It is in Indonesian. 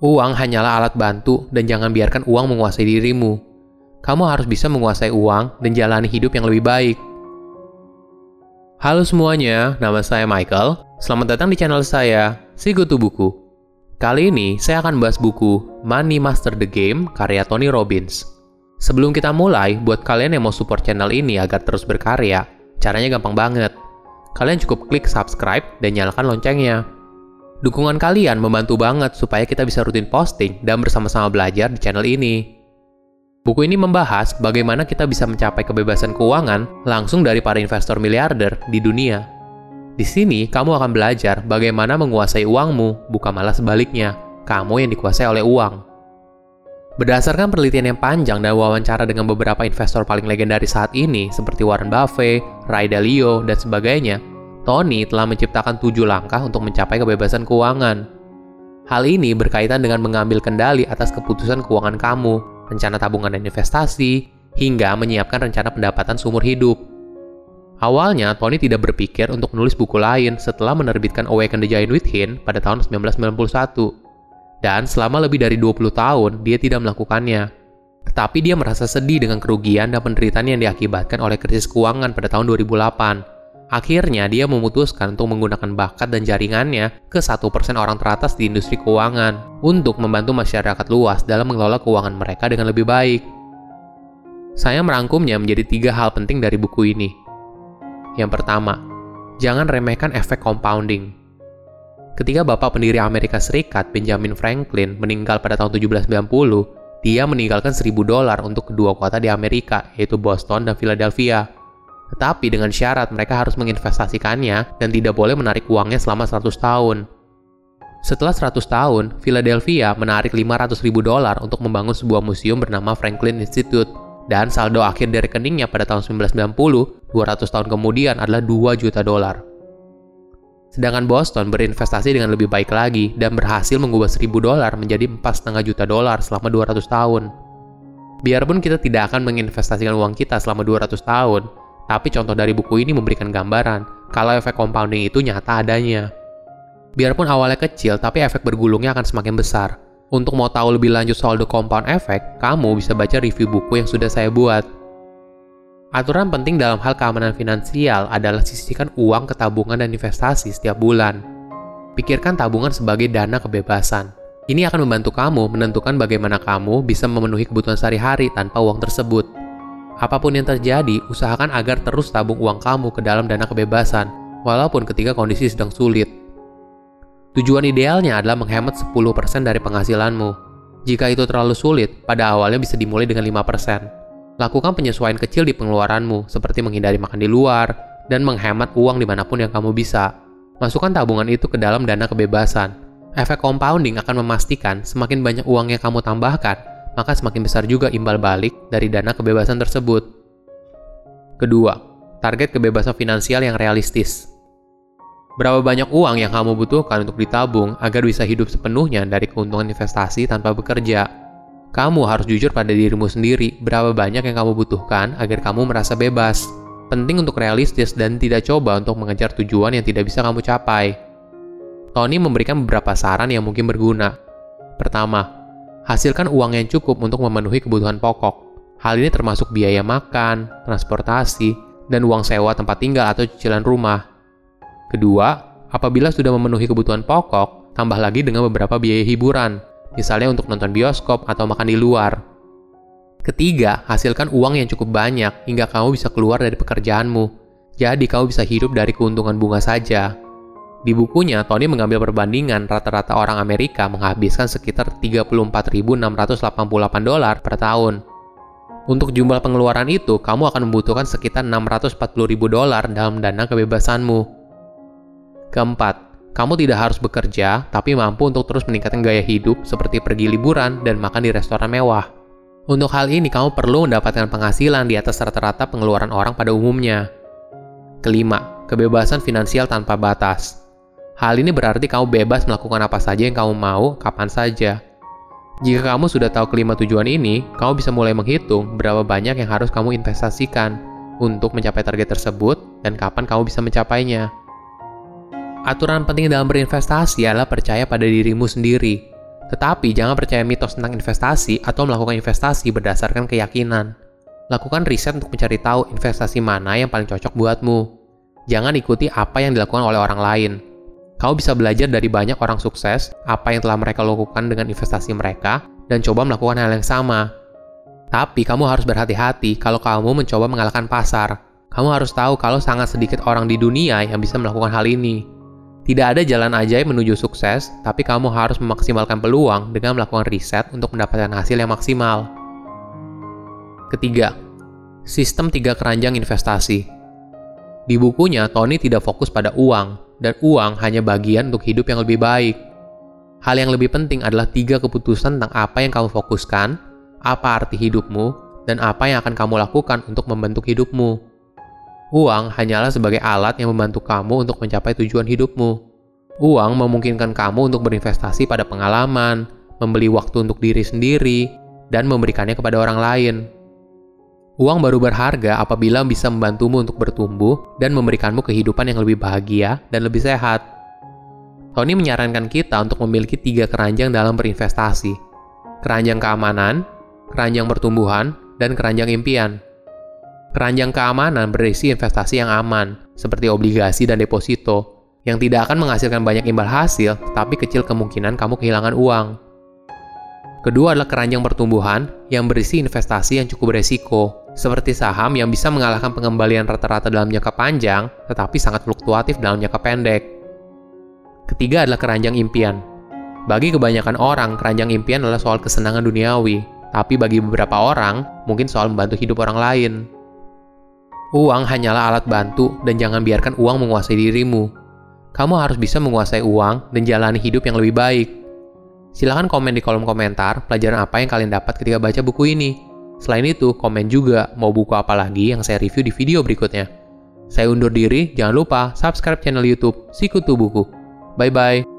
Uang hanyalah alat bantu dan jangan biarkan uang menguasai dirimu. Kamu harus bisa menguasai uang dan jalani hidup yang lebih baik. Halo semuanya, nama saya Michael. Selamat datang di channel saya, Sikutu Buku. Kali ini saya akan bahas buku Money Master the Game karya Tony Robbins. Sebelum kita mulai, buat kalian yang mau support channel ini agar terus berkarya, caranya gampang banget. Kalian cukup klik subscribe dan nyalakan loncengnya. Dukungan kalian membantu banget supaya kita bisa rutin posting dan bersama-sama belajar di channel ini. Buku ini membahas bagaimana kita bisa mencapai kebebasan keuangan langsung dari para investor miliarder di dunia. Di sini, kamu akan belajar bagaimana menguasai uangmu, bukan malah sebaliknya, kamu yang dikuasai oleh uang. Berdasarkan penelitian yang panjang dan wawancara dengan beberapa investor paling legendaris saat ini, seperti Warren Buffett, Ray Dalio, dan sebagainya, Tony telah menciptakan 7 langkah untuk mencapai kebebasan keuangan. Hal ini berkaitan dengan mengambil kendali atas keputusan keuangan kamu, rencana tabungan dan investasi, hingga menyiapkan rencana pendapatan seumur hidup. Awalnya, Tony tidak berpikir untuk menulis buku lain setelah menerbitkan Awaken the Giant Within pada tahun 1991. Dan selama lebih dari 20 tahun, dia tidak melakukannya. Tetapi dia merasa sedih dengan kerugian dan penderitaan yang diakibatkan oleh krisis keuangan pada tahun 2008. Akhirnya, dia memutuskan untuk menggunakan bakat dan jaringannya ke 1% orang teratas di industri keuangan untuk membantu masyarakat luas dalam mengelola keuangan mereka dengan lebih baik. Saya merangkumnya menjadi 3 hal penting dari buku ini. Yang pertama, jangan remehkan efek compounding. Ketika bapak pendiri Amerika Serikat, Benjamin Franklin, meninggal pada tahun 1790, dia meninggalkan $1.000 untuk kedua kota di Amerika, yaitu Boston dan Philadelphia. Tetapi dengan syarat mereka harus menginvestasikannya dan tidak boleh menarik uangnya selama 100 tahun. Setelah 100 tahun, Philadelphia menarik $500.000 untuk membangun sebuah museum bernama Franklin Institute. Dan saldo akhir dari rekeningnya pada tahun 1990, 200 tahun kemudian adalah $2 juta. Sedangkan Boston berinvestasi dengan lebih baik lagi dan berhasil mengubah $1.000 menjadi $4,5 juta selama 200 tahun. Biarpun kita tidak akan menginvestasikan uang kita selama 200 tahun, tapi contoh dari buku ini memberikan gambaran kalau efek compounding itu nyata adanya. Biarpun awalnya kecil, tapi efek bergulungnya akan semakin besar. Untuk mau tahu lebih lanjut soal The Compound Effect, kamu bisa baca review buku yang sudah saya buat. Aturan penting dalam hal keamanan finansial adalah sisihkan uang ke tabungan dan investasi setiap bulan. Pikirkan tabungan sebagai dana kebebasan. Ini akan membantu kamu menentukan bagaimana kamu bisa memenuhi kebutuhan sehari-hari tanpa uang tersebut. Apapun yang terjadi, usahakan agar terus tabung uang kamu ke dalam dana kebebasan, walaupun ketika kondisi sedang sulit. Tujuan idealnya adalah menghemat 10% dari penghasilanmu. Jika itu terlalu sulit, pada awalnya bisa dimulai dengan 5%. Lakukan penyesuaian kecil di pengeluaranmu, seperti menghindari makan di luar, dan menghemat uang dimanapun yang kamu bisa. Masukkan tabungan itu ke dalam dana kebebasan. Efek compounding akan memastikan semakin banyak uang yang kamu tambahkan, maka semakin besar juga imbal balik dari dana kebebasan tersebut. Kedua, target kebebasan finansial yang realistis. Berapa banyak uang yang kamu butuhkan untuk ditabung agar bisa hidup sepenuhnya dari keuntungan investasi tanpa bekerja? Kamu harus jujur pada dirimu sendiri berapa banyak yang kamu butuhkan agar kamu merasa bebas. Penting untuk realistis dan tidak coba untuk mengejar tujuan yang tidak bisa kamu capai. Tony memberikan beberapa saran yang mungkin berguna. Pertama, hasilkan uang yang cukup untuk memenuhi kebutuhan pokok. Hal ini termasuk biaya makan, transportasi, dan uang sewa tempat tinggal atau cicilan rumah. Kedua, apabila sudah memenuhi kebutuhan pokok, tambah lagi dengan beberapa biaya hiburan, misalnya untuk nonton bioskop atau makan di luar. Ketiga, hasilkan uang yang cukup banyak hingga kamu bisa keluar dari pekerjaanmu. Jadi kamu bisa hidup dari keuntungan bunga saja. Di bukunya, Tony mengambil perbandingan rata-rata orang Amerika menghabiskan sekitar $34.688 per tahun. Untuk jumlah pengeluaran itu, kamu akan membutuhkan sekitar $640.000 dalam dana kebebasanmu. Keempat, kamu tidak harus bekerja, tapi mampu untuk terus meningkatkan gaya hidup seperti pergi liburan dan makan di restoran mewah. Untuk hal ini, kamu perlu mendapatkan penghasilan di atas rata-rata pengeluaran orang pada umumnya. Kelima, kebebasan finansial tanpa batas. Hal ini berarti kamu bebas melakukan apa saja yang kamu mau, kapan saja. Jika kamu sudah tahu kelima tujuan ini, kamu bisa mulai menghitung berapa banyak yang harus kamu investasikan untuk mencapai target tersebut dan kapan kamu bisa mencapainya. Aturan penting dalam berinvestasi adalah percaya pada dirimu sendiri. Tetapi jangan percaya mitos tentang investasi atau melakukan investasi berdasarkan keyakinan. Lakukan riset untuk mencari tahu investasi mana yang paling cocok buatmu. Jangan ikuti apa yang dilakukan oleh orang lain. Kamu bisa belajar dari banyak orang sukses, apa yang telah mereka lakukan dengan investasi mereka, dan coba melakukan hal yang sama. Tapi kamu harus berhati-hati kalau kamu mencoba mengalahkan pasar. Kamu harus tahu kalau sangat sedikit orang di dunia yang bisa melakukan hal ini. Tidak ada jalan ajaib menuju sukses, tapi kamu harus memaksimalkan peluang dengan melakukan riset untuk mendapatkan hasil yang maksimal. Ketiga, sistem 3 keranjang investasi. Di bukunya, Tony tidak fokus pada uang, dan uang hanya bagian untuk hidup yang lebih baik. Hal yang lebih penting adalah 3 keputusan tentang apa yang kamu fokuskan, apa arti hidupmu, dan apa yang akan kamu lakukan untuk membentuk hidupmu. Uang hanyalah sebagai alat yang membantu kamu untuk mencapai tujuan hidupmu. Uang memungkinkan kamu untuk berinvestasi pada pengalaman, membeli waktu untuk diri sendiri, dan memberikannya kepada orang lain. Uang baru berharga apabila bisa membantumu untuk bertumbuh dan memberikanmu kehidupan yang lebih bahagia dan lebih sehat. Tony menyarankan kita untuk memiliki 3 keranjang dalam berinvestasi. Keranjang keamanan, keranjang pertumbuhan, dan keranjang impian. Keranjang keamanan berisi investasi yang aman, seperti obligasi dan deposito, yang tidak akan menghasilkan banyak imbal hasil, tapi kecil kemungkinan kamu kehilangan uang. Kedua adalah keranjang pertumbuhan, yang berisi investasi yang cukup beresiko, seperti saham yang bisa mengalahkan pengembalian rata-rata dalam jangka panjang, tetapi sangat fluktuatif dalam jangka pendek. Ketiga adalah keranjang impian. Bagi kebanyakan orang, keranjang impian adalah soal kesenangan duniawi, tapi bagi beberapa orang, mungkin soal membantu hidup orang lain. Uang hanyalah alat bantu dan jangan biarkan uang menguasai dirimu. Kamu harus bisa menguasai uang dan jalani hidup yang lebih baik. Silahkan komen di kolom komentar pelajaran apa yang kalian dapat ketika baca buku ini. Selain itu, komen juga mau buku apa lagi yang saya review di video berikutnya. Saya undur diri, jangan lupa subscribe channel YouTube Sikutu Buku. Bye-bye.